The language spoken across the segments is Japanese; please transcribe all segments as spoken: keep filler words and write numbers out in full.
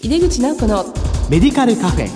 井出口直子のメディカルカフェ。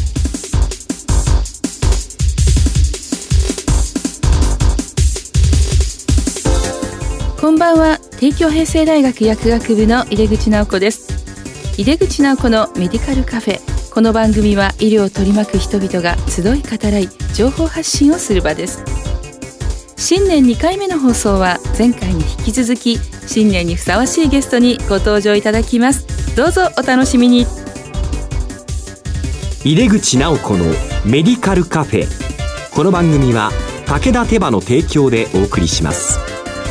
こんばんは。帝京平成大学薬学部の井出口直子です。井出口直子のメディカルカフェ。この番組は医療を取り巻く人々が集い語らい情報発信をする場です。新年にかいめの放送は前回に引き続き新年にふさわしいゲストにご登場いただきます。どうぞお楽しみに。 井出口直子のメディカルカフェ。この番組は武田手羽の提供でお送りします。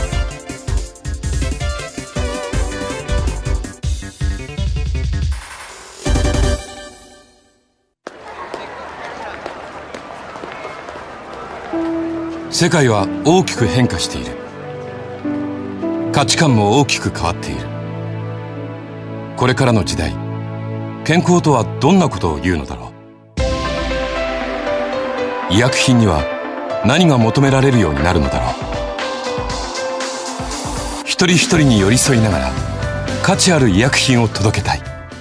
世界は大きく変化している。価値観も大きく変わっている。これからの時代、健康とはどんなことを言うのだろう。医薬品には何が求められるようになるのだろう。一人一人に寄り添いながら価値ある医薬品を届けたい。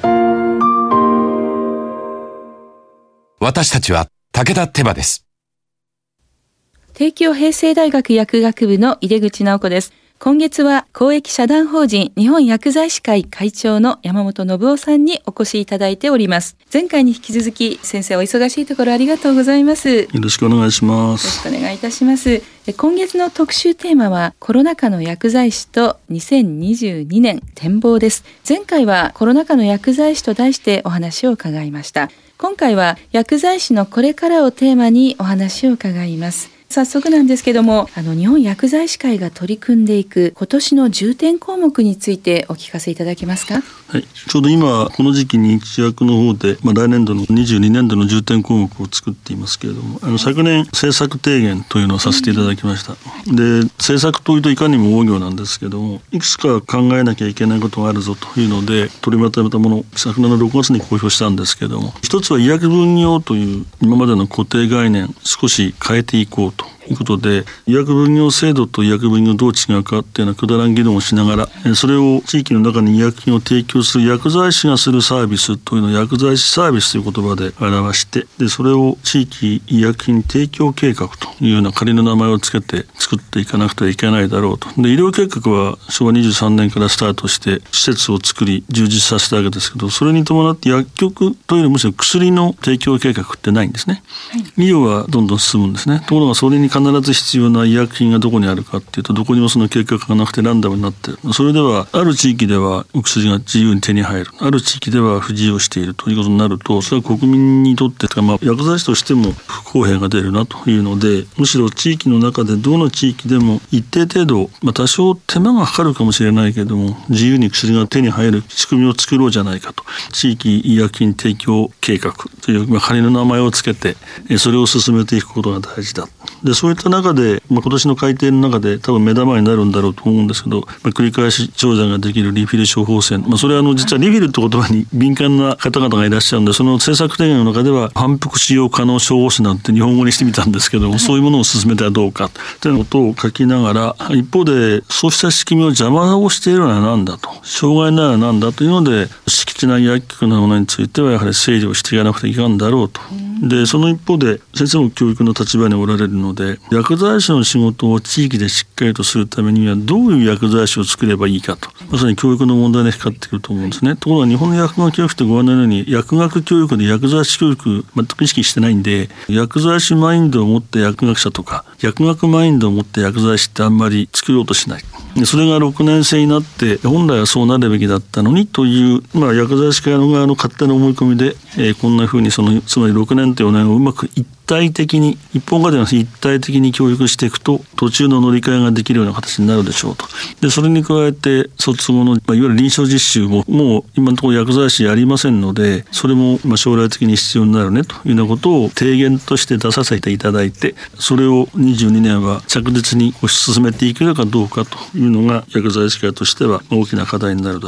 私たちは武田手羽です。 帝京平成大学薬学部の井出口直子です。今月は公益社団法人日本薬剤師会会長の山本信夫さんにお越しいただいております。前回に引き続き先生、お忙しいところありがとうございます。よろしくお願いします。 よろしくお願いいたします。今月の特集テーマはコロナ禍の薬剤師とにせんにじゅうにねん展望です。前回はコロナ禍の薬剤師と題してお話を伺いました。今回は薬剤師のこれからをテーマにお話を伺います。早速なんですけども、あの日本薬剤師会が取り組んでいく今年の重点項目についてお聞かせいただけますか。 はい、ちょうど今この時期に一薬の方で、まあ、来年度のにじゅうにねん度の重点項目を作っていますけれども、あの昨年政策提言というのをさせていただきました。で、政策というといかにも大行なんですけども、いくつか考えなきゃいけないことがあるぞというので取りまとめたものを昨年のろくがつに公表したんですけども、一つは医薬分業という今までの固定概念少し変えていこうとということで、医薬分業制度と医薬分業どう違うかっていうのはくだらん議論をしながら、それを地域の中に医薬品を提供する薬剤師がするサービスというのを薬剤師サービスという言葉で表して、でそれを地域医薬品提供計画というような仮の名前をつけて作っていかなくてはいけないだろうと。で医療計画はしょうわにじゅうさんねんからスタートして施設を作り充実させたわけですけど、それに伴って薬局というよりむしろ薬の提供計画ってないんですね。はい、医療はどんどん進むんですね。ところがそれに必ず必要な医薬品がどこにあるかっていうと、どこにもその計画がなくてランダムになっている。それではある地域ではお薬が自由に手に入る、ある地域では不自由しているということになると、それは国民にとって、まあ、薬剤師としても不公平が出るなというので、むしろ地域の中でどの地域でも一定程度、まあ、多少手間がかかるかもしれないけれども自由に薬が手に入る仕組みを作ろうじゃないかと。地域医薬品提供計画という、まあ、仮の名前をつけてそれを進めていくことが大事だ。でそういった中で、まあ、今年の改定の中で多分目玉になるんだろうと思うんですけど、まあ、繰り返し長者ができるリフィル処方箋、まあ、それはあの実はリフィルって言葉に敏感な方々がいらっしゃるんで、その政策提言の中では反復使用可能処方箋なんて日本語にしてみたんですけども、そういうものを進めてはどうかということを書きながら、一方でそうした仕組みを邪魔をしているのは何だと、障害なら何だというので、敷地内薬局のものについてはやはり整理をしていかなくてはいけないんだろうと。でその一方で先生も教育の立場におられるので、薬剤師の仕事を地域でしっかりとするためにはどういう薬剤師を作ればいいかと、まさに教育の問題にかかってくると思うんですね。ところが日本の薬学教育ってご案内のように薬学教育で薬剤師教育全く意識してないんで、薬剤師マインドを持って薬学者とか薬学マインドを持って薬剤師ってあんまり作ろうとしない。でそれがろくねん生になって本来はそうなるべきだったのにという、まあ、薬剤師会の側の勝手な思い込みで、えー、こんなふうにそのつまりろくねんとよねんをうまく一体的に一本化ではなくて一体的に教育していくと途中の乗り換えができるような形になるでしょうと。でそれに加えて卒後の、まあ、いわゆる臨床実習ももう今のところ薬剤師やりませんので、それもまあ将来的に必要になるねというようなことを提言として出させていただいて、それをにじゅうにねんは着実に進めていけるかどうかというのが薬剤師会としては大きな課題になるだろうと。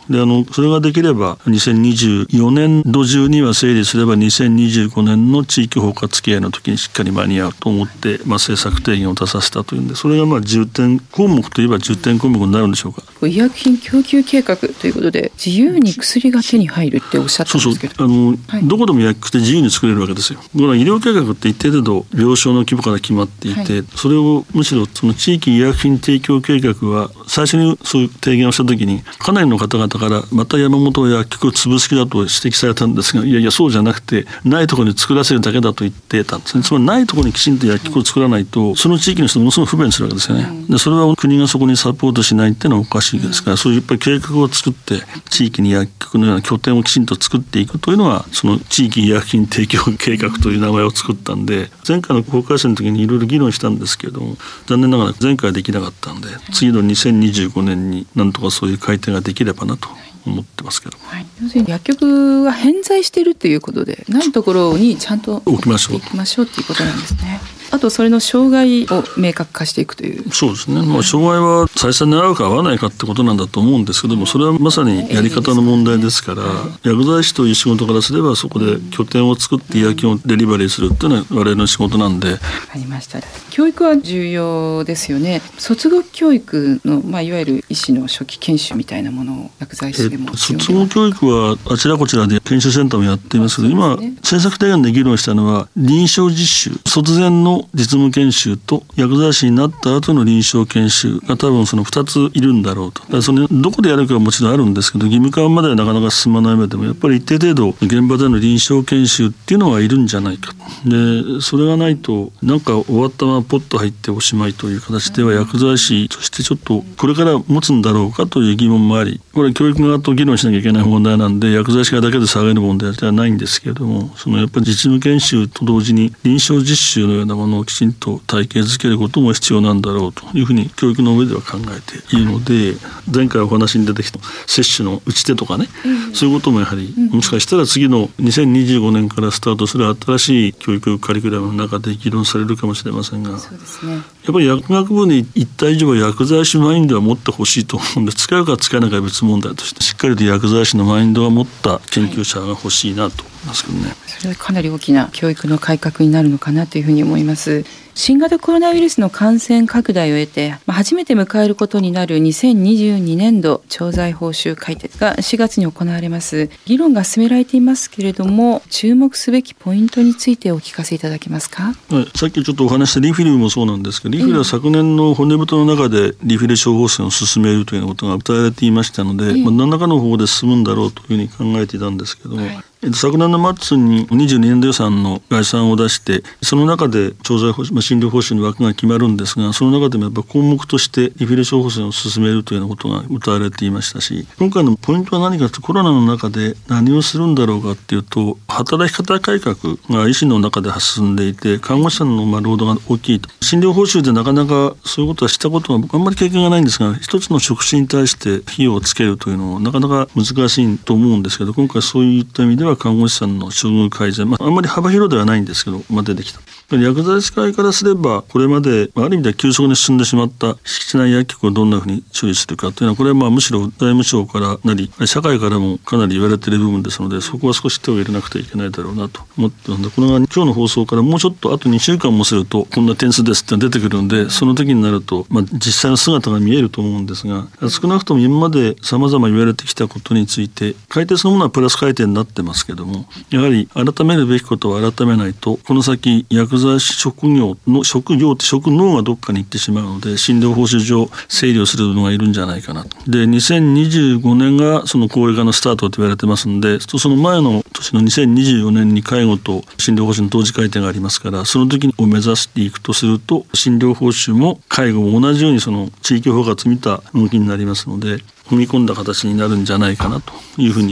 であのそれができればにせんにじゅうよねんど中には整理すればにせんにじゅうごねんの地域包括経営の時にしっかり間に合うと思って、まあ、政策提言を出させたというんで、それがまあ重点項目といえば重点項目になるんでしょうか。 医薬品供給計画ということで自由に薬が手に入るっておっしゃったんですけど、 そうそうあの、 はい、 どこでも薬って自由に作れるわけですよ。これは医療計画って一定程度病床の規模から決まっていて、はい、それをむしろその地域医薬品提供計画は最初にそういう提言をした時にかなりの方々からまた山本は薬局を潰す気だと指摘されたんですが、いやいやそうじゃなくてないところに作らせるだけだと言ってたんですね。つまりないところにきちんと薬局を作らないとその地域の人ものすごく不便するわけですよね。でそれは国がそこにサポートしないっていうのはおかしいですから、そういうやっぱり計画を作って地域に薬局のような拠点をきちんと作っていくというのはその地域医薬品提供計画という名前を作ったんで、前回の法改正の時にいろいろ議論したんですけれども残念ながら前回はできなかったんで、次のにせんにじゅうごねんになんとかそういう改定ができればなと思ってますけど、 はい、要するに薬局が偏在しているということでないところにちゃんと置きましょう置きましょうということなんですね。あとそれの障害を明確化していくという。 そうですね、まあ、障害は採算に合うか合わないかってことなんだと思うんですけども、それはまさにやり方の問題ですから、薬剤師という仕事からすればそこで拠点を作って医薬品をデリバリーするっていうのは我々の仕事なんで。 ありました。教育は重要ですよね。卒業教育の、まあ、いわゆる医師の初期研修みたいなものを薬剤師でも、 えっと、卒業教育はあちらこちらで研修センターもやっていますけど、今政策提言で議論したのは臨床実習、卒前の実務研修と薬剤師になった後の臨床研修が多分そのふたついるんだろうと。だからそのどこでやるかはもちろんあるんですけど、義務化まではなかなか進まない上でもやっぱり一定程度現場での臨床研修っていうのはいるんじゃないか。でそれがないとなんか終わったままポッと入っておしまいという形では薬剤師としてちょっとこれから持つんだろうかという疑問もあり、これは教育側と議論しなきゃいけない問題なんで薬剤師側だけで下げる問題ではないんですけれども、そのやっぱり実務研修と同時に臨床実習のようなものをきちんと体系づけることも必要なんだろうというふうに教育の上では考えているので、前回お話に出てきた接種の打ち手とかね、うん、そういうこともやはりもしかしたら次のにせんにじゅうごねんからスタートする新しい教育カリキュラムの中で議論されるかもしれませんが、 そうですね、 やっぱり薬学部に一体以上は薬剤師マインドは持ってほしいと思うんで、使うか使えないかは別問題としてしっかりと薬剤師のマインドが持った研究者が欲しいなと思いますけどね、はい、 それはかなり大きな教育の改革になるのかなというふうに思います。新型コロナウイルスの感染拡大を得て初めて迎えることになるにせんにじゅうにねんど調剤報酬改定がしがつに行われます。議論が進められていますけれども、注目すべきポイントについてお聞かせいただけますか。 はい、さっきちょっとお話したリフィルもそうなんですけど、リフィルは昨年の骨太の中でリフィル処方箋を進めるというようなことが謳われていましたので、まあ、何らかの方法で進むんだろうというふうに考えていたんですけども、はい、昨年の末ににじゅうにねんど予算の概算を出して、その中で調剤報酬、まあ、診療報酬の枠が決まるんですが、その中でもやっぱ項目としてリフィル処方箋を進めるというようなことが謳われていましたし、今回のポイントは何かと、コロナの中で何をするんだろうかっていうと、働き方改革が医師の中で進んでいて、看護師さんのまあ労働が大きいと。診療報酬でなかなかそういうことはしたことが僕あんまり経験がないんですが、一つの職種に対して費用をつけるというのはなかなか難しいと思うんですけど、今回そういった意味では看護師さんの処遇改善、まあ、あんまり幅広ではないんですけど、まあ、出てきた。薬剤師会からすれば、これまである意味では急速に進んでしまった敷地内薬局をどんなふうに処理するかというのは、これはまあむしろ財務省からなり社会からもかなり言われている部分ですので、そこは少し手を入れなくてはいけないだろうなと思っているので、これが今日の放送からもうちょっとあとにしゅうかんもするとこんな点数ですって出てくるんで、その時になると、まあ、実際の姿が見えると思うんですが、少なくとも今まで様々言われてきたことについて改定そのものはプラス改定になってますけども、やはり改めるべきことは改めないと、この先薬剤師職業の職業って職能がどっかに行ってしまうので、診療報酬上整理をするのがいるんじゃないかなと。でにせんにじゅうごねんがその高齢化のスタートと言われてますんで、その前の年のにせんにじゅうよねんに介護と診療報酬の同時改定がありますから、その時を目指していくとすると、診療報酬も介護も同じようにその地域包括見た動きになりますので、踏み込んだ形になるんじゃないかなというふうに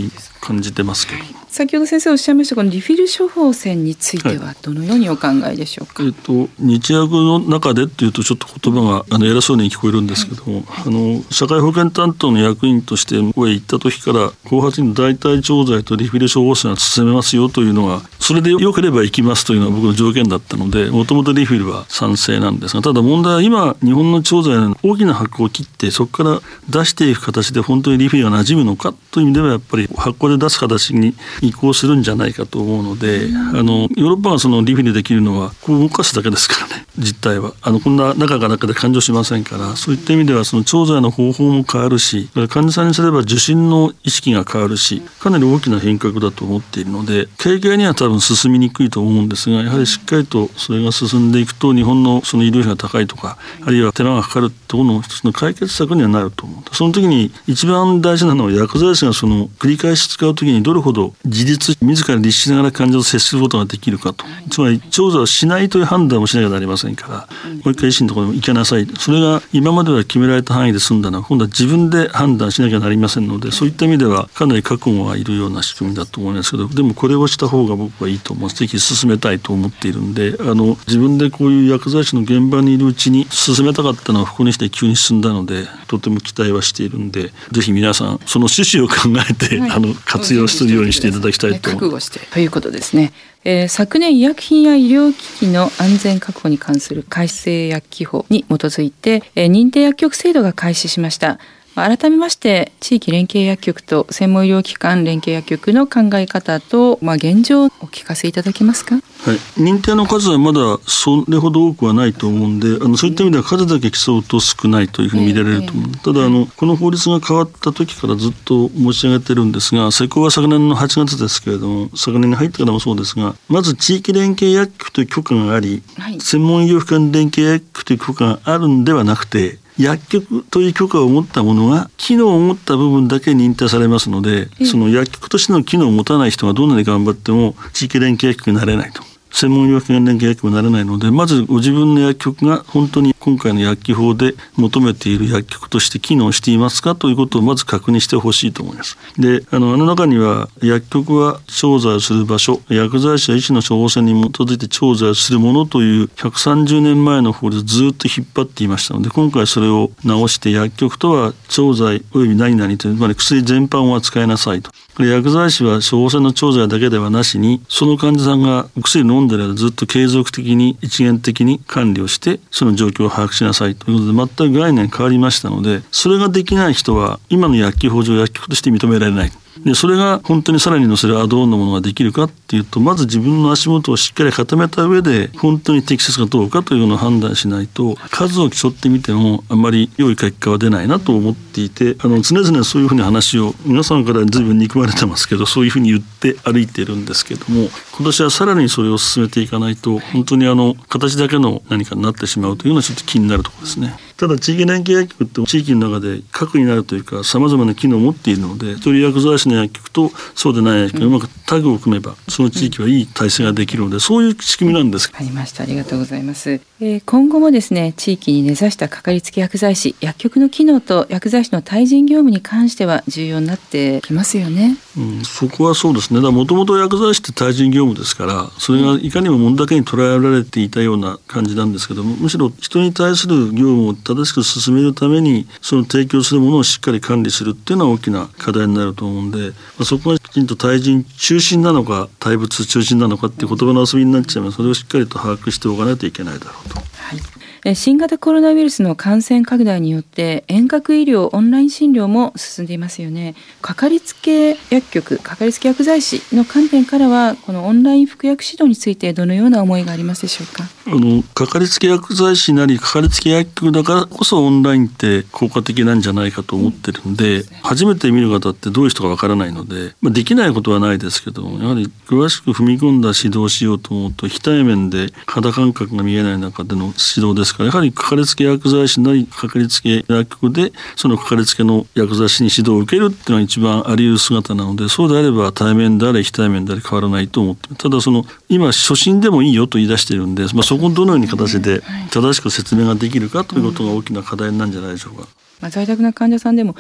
感じてますけど、はい、 先ほど先生おっしゃいましたこのリフィル処方箋についてはどのようにお考えでしょうか。 はい、えー、と日薬の中でっていうとちょっと言葉があの偉そうに聞こえるんですけども、はい、あの社会保険担当の役員として向こうへ行った時から後発に代替調剤とリフィル処方箋は進めますよというのが、それで良ければ行きますというのが僕の条件だったので、もともとリフィルは賛成なんですが、ただ問題は今日本の調剤の大きな箱を切ってそこから出していく形で本当にリフィルが馴染むのかという意味ではやっぱり箱で出す形に移行するんじゃないかと思うので、あのヨーロッパがそのリフィルできるのはこう動かすだけですからね。実態はあのこんな中が中で勘定しませんから、そういった意味ではその調剤の方法も変わるし、患者さんにすれば受診の意識が変わるし、かなり大きな変革だと思っているので、軽々には多分進みにくいと思うんですが、やはりしっかりとそれが進んでいくと日本のその医療費が高いとか、あるいは手間がかかるところの一つの解決策にはなると思う。その時に一番大事なのは薬剤師がその繰り返し使う時にどれほど自立自ら律しながら患者と接することができるかと、つまり調査をしないという判断をしなきゃなりませんから、もう一回医師のところに行きなさい、それが今までは決められた範囲で済んだのは今度は自分で判断しなきゃなりませんので、そういった意味ではかなり覚悟がいるような仕組みだと思いますけど、でもこれをした方が僕はいいと思う、ぜひ進めたいと思っているんで、あの自分でこういう薬剤師の現場にいるうちに進めたかったのはここにして急に進んだので、とても期待はしているんで、ぜひ皆さんその趣旨を考えて、はい、あの活用するようにしていただきたいと思います。 覚悟してということですね。えー、昨年医薬品や医療機器の安全確保に関する改正薬機法に基づいて、えー、認定薬局制度が開始しました。改めまして地域連携薬局と専門医療機関連携薬局の考え方と、まあ、現状をお聞かせいただけますか。 はい、認定の数はまだそれほど多くはないと思うんで、あのそういった意味では数だけ競うと少ないというふうに見られると思う、えー、ただあのこの法律が変わった時からずっと申し上げてるんですが、施行は昨年のはちがつですけれども、昨年に入ってからもそうですが、まず地域連携薬局という許可があり、はい、専門医療機関連携薬局という許可があるんではなくて、薬局という許可を持ったものが機能を持った部分だけ認定されますので、その薬局としての機能を持たない人がどんなに頑張っても地域連携薬局になれないと、専門医療機関連携薬局になれないので、まずご自分の薬局が本当に今回の薬機法で求めている薬局として機能していますかということをまず確認してほしいと思います。で、あのあの中には薬局は調剤をする場所、薬剤師や医師の処方箋に基づいて調剤をするものというひゃくさんじゅうねんまえの法律をずっと引っ張っていましたので、今回それを直して薬局とは調剤および何々という、つまり薬全般を扱いなさいと。薬剤師は処方箋の調剤だけではなしに、その患者さんがお薬飲んでる間ずっと継続的に一元的に管理をしてその状況を把握しなさいということで全く概念変わりましたので、それができない人は今の薬機法上薬局として認められない。でそれが本当にさらに載せるアドオンのものができるかっていうと、まず自分の足元をしっかり固めた上で本当に適切かどうかというのを判断しないと、数を競ってみてもあまり良い結果は出ないなと思っていて、あの常々そういうふうに話を皆さんから随分憎まれてますけど、そういうふうに言って歩いているんですけども、今年はさらにそれを進めていかないと本当にあの形だけの何かになってしまうというのはちょっと気になるところですね。ただ地域連携薬局って地域の中で核になるというか様々な機能を持っているので、一人薬剤師の薬局とそうでない薬局がうまくタッグを組めばその地域はいい体制ができるので、そういう仕組みなんです。 ありました。ありがとうございます。えー、今後もですね、地域に根ざしたかかりつけ薬剤師、薬局の機能と薬剤師の対人業務に関しては重要になってきますよね。 うん、そこはそうですね。もともと薬剤師って対人業務ですから、それがいかにも物だけに捉えられていたような感じなんですけども、むしろ人に対する業務を正しく進めるためにその提供するものをしっかり管理するっていうのは大きな課題になると思うんで、まあ、そこがきちんと対人中心なのか対物中心なのかっていう言葉の遊びになっちゃいます。それをしっかりと把握しておかないといけないだろうと。 はい、新型コロナウイルスの感染拡大によって遠隔医療オンライン診療も進んでいますよね。かかりつけ薬局、かかりつけ薬剤師の観点からはこのオンライン服薬指導についてどのような思いがありますでしょうか。 あのかかりつけ薬剤師なりかかりつけ薬局だからこそオンラインって効果的なんじゃないかと思ってるんで、うん、初めて見る方ってどういう人かわからないので、まあ、できないことはないですけど、やはり詳しく踏み込んだ指導しようと思うと非対面で肌感覚が見えない中での指導ですから、やはりかかりつけ薬剤師なりかかりつけ薬局でそのかかりつけの薬剤師に指導を受けるっていうのが一番あり得る姿なので、そうであれば対面であれ非対面であれ変わらないと思って、ただその今初診でもいいよと言い出しているんで、まあ、そこをどのように形で正しく説明ができるかということが大きな課題なんじゃないでしょうか。 まあ、在宅な患者さんでもピッ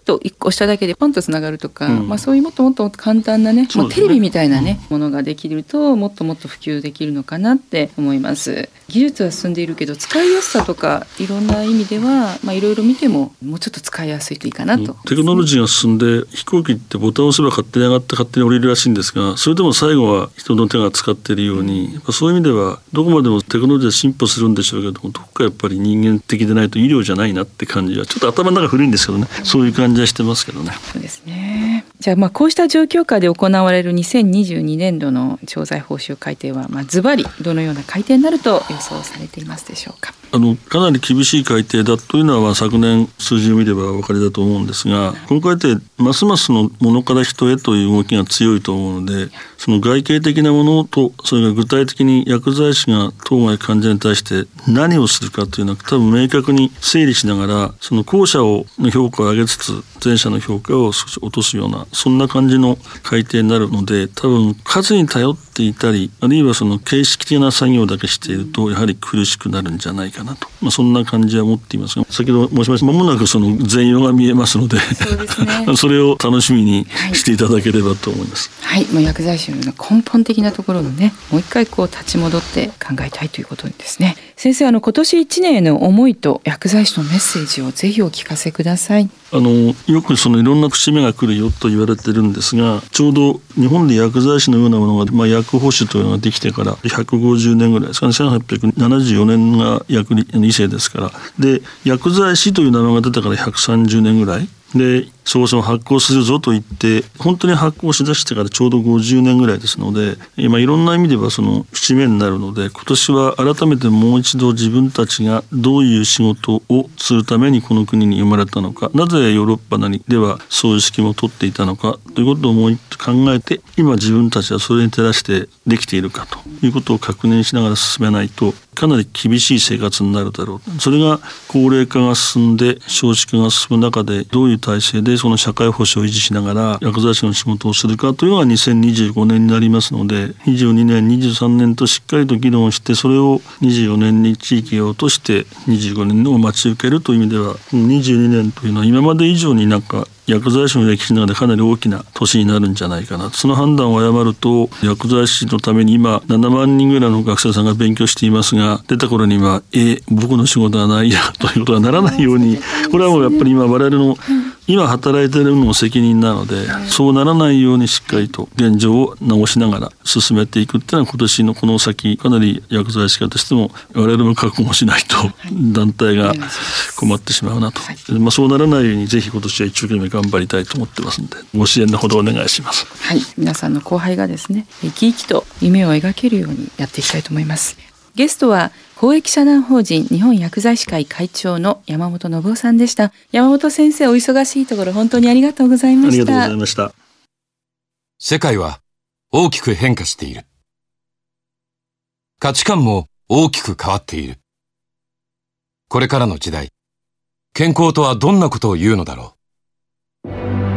といっこ押しただけでポンとつながるとか、 うんまあ、そういうもっともっともっと簡単なね、 そうですねもうテレビみたいなね、うん、ものができるともっともっと普及できるのかなって思います。技術は進んでいるけど使いやすさとかいろんな意味では、まあ、いろいろ見てももうちょっと使いやすいといいかなと、ね、 テクノロジーが進んで飛行機ってボタンを押せば勝手に上がって勝手に降りるらしいんですが、それでも最後は人の手が使っているように、やっぱそういう意味ではどこまでもテクノロジーは進歩するんでしょうけども、どこかやっぱり人間的でないと医療じゃないなって感じは、ちょっと頭の中古いんですけどね、そういう感じはしてますけどね。 そうですね。じゃあまあこうした状況下で行われるにせんにじゅうにねんどの調剤報酬改定はまあズバリどのような改定になると予想されていますでしょうか。 あのかなり厳しい改定だというのは、まあ、昨年数字を見ればお分かりだと思うんですが、この改定ますますのものから人へという動きが強いと思うので、その外形的なものとそれが具体的に薬剤師が当該患者に対して何をするかというのは多分明確に整理しながら、その後者をの評価を上げつつ前者の評価を少し落とすような、そんな感じの改定になるので、多分数に頼っていたり、あるいはその形式的な作業だけしているとやはり苦しくなるんじゃないかなと、まあ、そんな感じは持っていますが、先ほど申しました間もなくその全容が見えますので、そうですね、それを楽しみにしていただければと思います。 はい、はい、もう薬剤師の根本的なところのね、もう一回こう立ち戻って考えたいということですね。先生、あの今年いちねんへの思いと薬剤師のメッセージをぜひお聞かせください。 あのよくそのいろんな節目が来るよと言われてるんですが、ちょうど日本で薬剤師のようなものが、まあ、薬保守というのができてからひゃくごじゅうねんぐらいですかね。せんはっぴゃくななじゅうよねんが薬理制ですから、で薬剤師という名前が出てからひゃくさんじゅうねんぐらいで、そもそも発行するぞと言って本当に発行しだしてからちょうどごじゅうねんぐらいですので、今いろんな意味ではその節目になるので、今年は改めてもう一度自分たちがどういう仕事をするためにこの国に生まれたのか、なぜヨーロッパなりではそういう指揮も取っていたのかということをもう一度考えて、今自分たちはそれに照らしてできているかということを確認しながら進めないとかなり厳しい生活になるだろう。それが高齢化が進んで少子化が進む中で、どういう体制でその社会保障を維持しながら薬剤師の仕事をするかというのがにせんにじゅうごねんになりますので、にじゅうにねんにじゅうさんねんとしっかりと議論して、それをにじゅうよねんに地域を落としてにじゅうごねんを待ち受けるという意味では、にじゅうにねんというのは今まで以上になんか薬剤師の歴史の中でかなり大きな年になるんじゃないかな。その判断を誤ると、薬剤師のために今ななまんにんぐらいの学生さんが勉強していますが、出た頃にはえ僕の仕事はないやということがならないように、これはもうやっぱり今我々の今働いているのも責任なので、そうならないようにしっかりと現状を直しながら進めていくっていうのは、今年のこの先かなり薬剤師家としても我々も覚悟しないと団体が困ってしまうなと、まあ、そうならないようにぜひ今年は一生懸命頑張りたいと思ってますので、ご支援のほどお願いします。 はい、皆さんの後輩がですね、生き生きと夢を描けるようにやっていきたいと思います。ゲストは公益社団法人日本薬剤師会会長の山本信夫さんでした。山本先生、お忙しいところ本当にありがとうございました。 ありがとうございました。 世界は大きく変化している。価値観も大きく変わっている。これからの時代、健康とはどんなことを言うのだろう。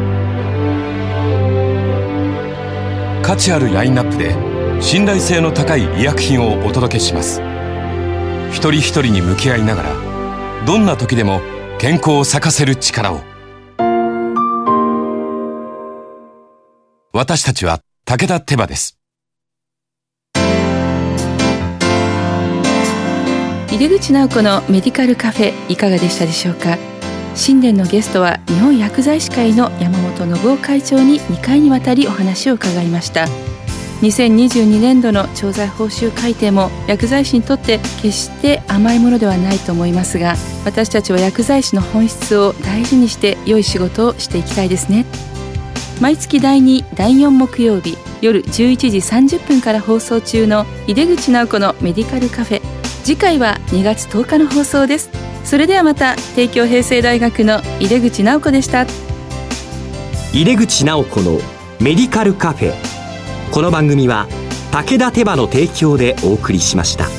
価値あるラインナップで信頼性の高い医薬品をお届けします。一人一人に向き合いながら、どんな時でも健康を咲かせる力を。私たちは武田手羽です。 井出口直子のメディカルカフェ、いかがでしたでしょうか。新年のゲストは日本薬剤師会の山本信夫会長ににかいにわたりお話を伺いました。にせんにじゅうにねんどの調剤報酬改定も薬剤師にとって決して甘いものではないと思いますが、私たちは薬剤師の本質を大事にして良い仕事をしていきたいですね。毎月だいに、だいよん木曜日夜じゅういちじさんじゅっぷんから放送中の井出口直子のメディカルカフェ、次回はにがつとおかの放送です。それではまた。帝京平成大学の井出口直子でした。 井出口直子のメディカルカフェ。この番組は武田手羽の提供でお送りしました。